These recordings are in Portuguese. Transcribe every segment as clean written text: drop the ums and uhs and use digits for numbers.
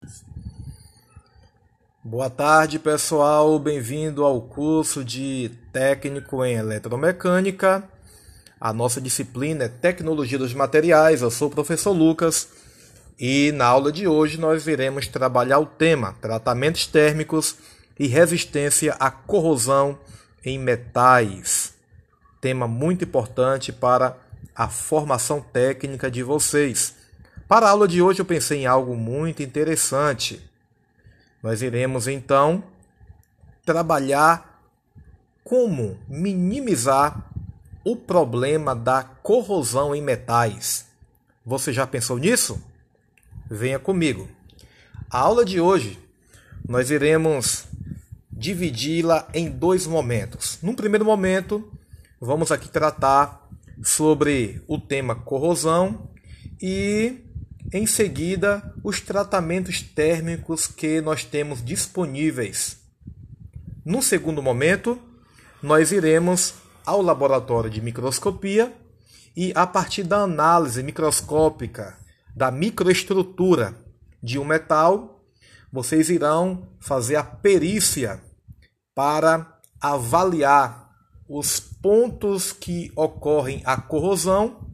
Boa tarde, pessoal. Bem-vindo ao curso de Técnico em Eletromecânica. A nossa disciplina é Tecnologia dos Materiais. Eu sou o professor Lucas e na aula de hoje nós iremos trabalhar o tema Tratamentos Térmicos e Resistência à Corrosão em Metais. Tema muito importante para a formação técnica de vocês. Para a aula de hoje eu pensei em algo muito interessante. Nós iremos então trabalhar como minimizar o problema da corrosão em metais. Você já pensou nisso? Venha comigo. A aula de hoje nós iremos dividi-la em dois momentos. Num primeiro momento, vamos aqui tratar sobre o tema corrosão e em seguida, os tratamentos térmicos que nós temos disponíveis. No segundo momento, nós iremos ao laboratório de microscopia e, a partir da análise microscópica da microestrutura de um metal, vocês irão fazer a perícia para avaliar os pontos que ocorrem a corrosão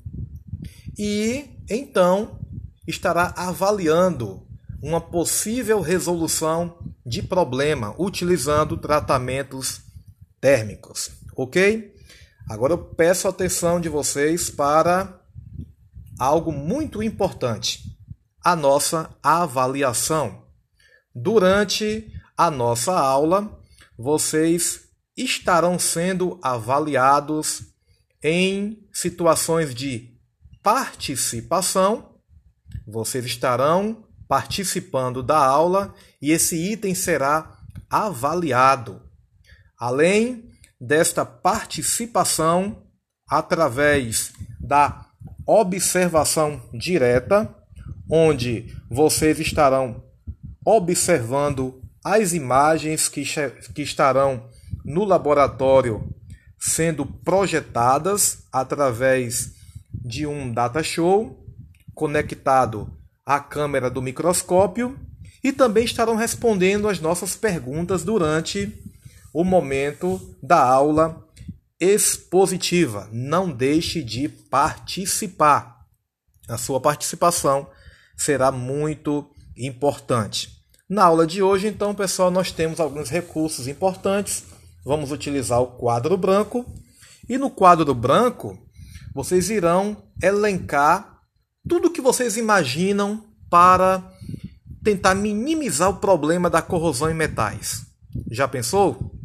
e, então, estará avaliando uma possível resolução de problema utilizando tratamentos térmicos, ok? Agora eu peço a atenção de vocês para algo muito importante, a nossa avaliação. Durante a nossa aula, vocês estarão sendo avaliados em situações de participação. Vocês estarão participando da aula e esse item será avaliado. Além desta participação, através da observação direta, onde vocês estarão observando as imagens que estarão no laboratório sendo projetadas através de um data show, conectado à câmera do microscópio e também estarão respondendo as nossas perguntas durante o momento da aula expositiva. Não deixe de participar. A sua participação será muito importante. Na aula de hoje, então, pessoal, nós temos alguns recursos importantes. Vamos utilizar o quadro branco e no quadro branco vocês irão elencar tudo o que vocês imaginam para tentar minimizar o problema da corrosão em metais. Já pensou?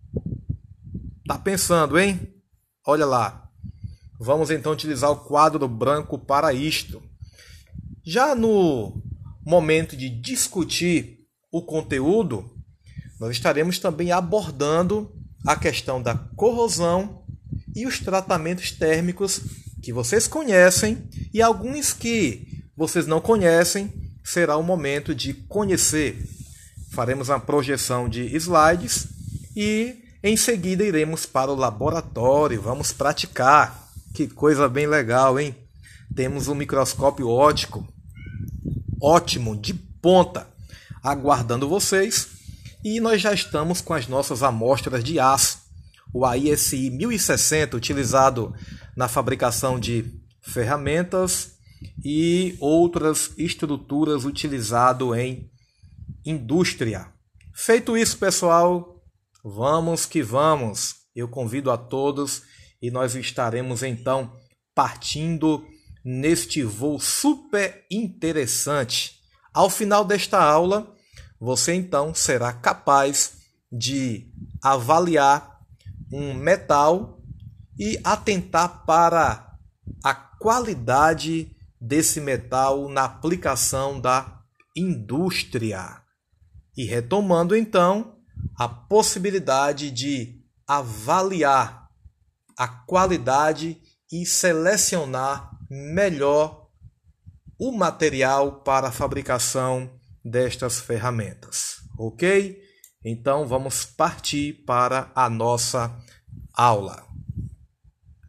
Tá pensando, hein? Olha lá. Vamos então utilizar o quadro branco para isto. Já no momento de discutir o conteúdo, nós estaremos também abordando a questão da corrosão e os tratamentos térmicos que vocês conhecem e alguns que vocês não conhecem, será o momento de conhecer. Faremos uma projeção de slides e em seguida iremos para o laboratório, vamos praticar. Que coisa bem legal, hein? Temos um microscópio óptico, ótimo, de ponta, aguardando vocês e nós já estamos com as nossas amostras de aço, o AISI 1060, utilizado na fabricação de ferramentas e outras estruturas utilizado em indústria. Feito isso, pessoal, vamos que vamos. Eu convido a todos e nós estaremos então partindo neste voo super interessante. Ao final desta aula, você então será capaz de avaliar um metal e atentar para a qualidade desse metal na aplicação da indústria. E retomando então a possibilidade de avaliar a qualidade e selecionar melhor o material para a fabricação destas ferramentas. Ok? Então vamos partir para a nossa aula.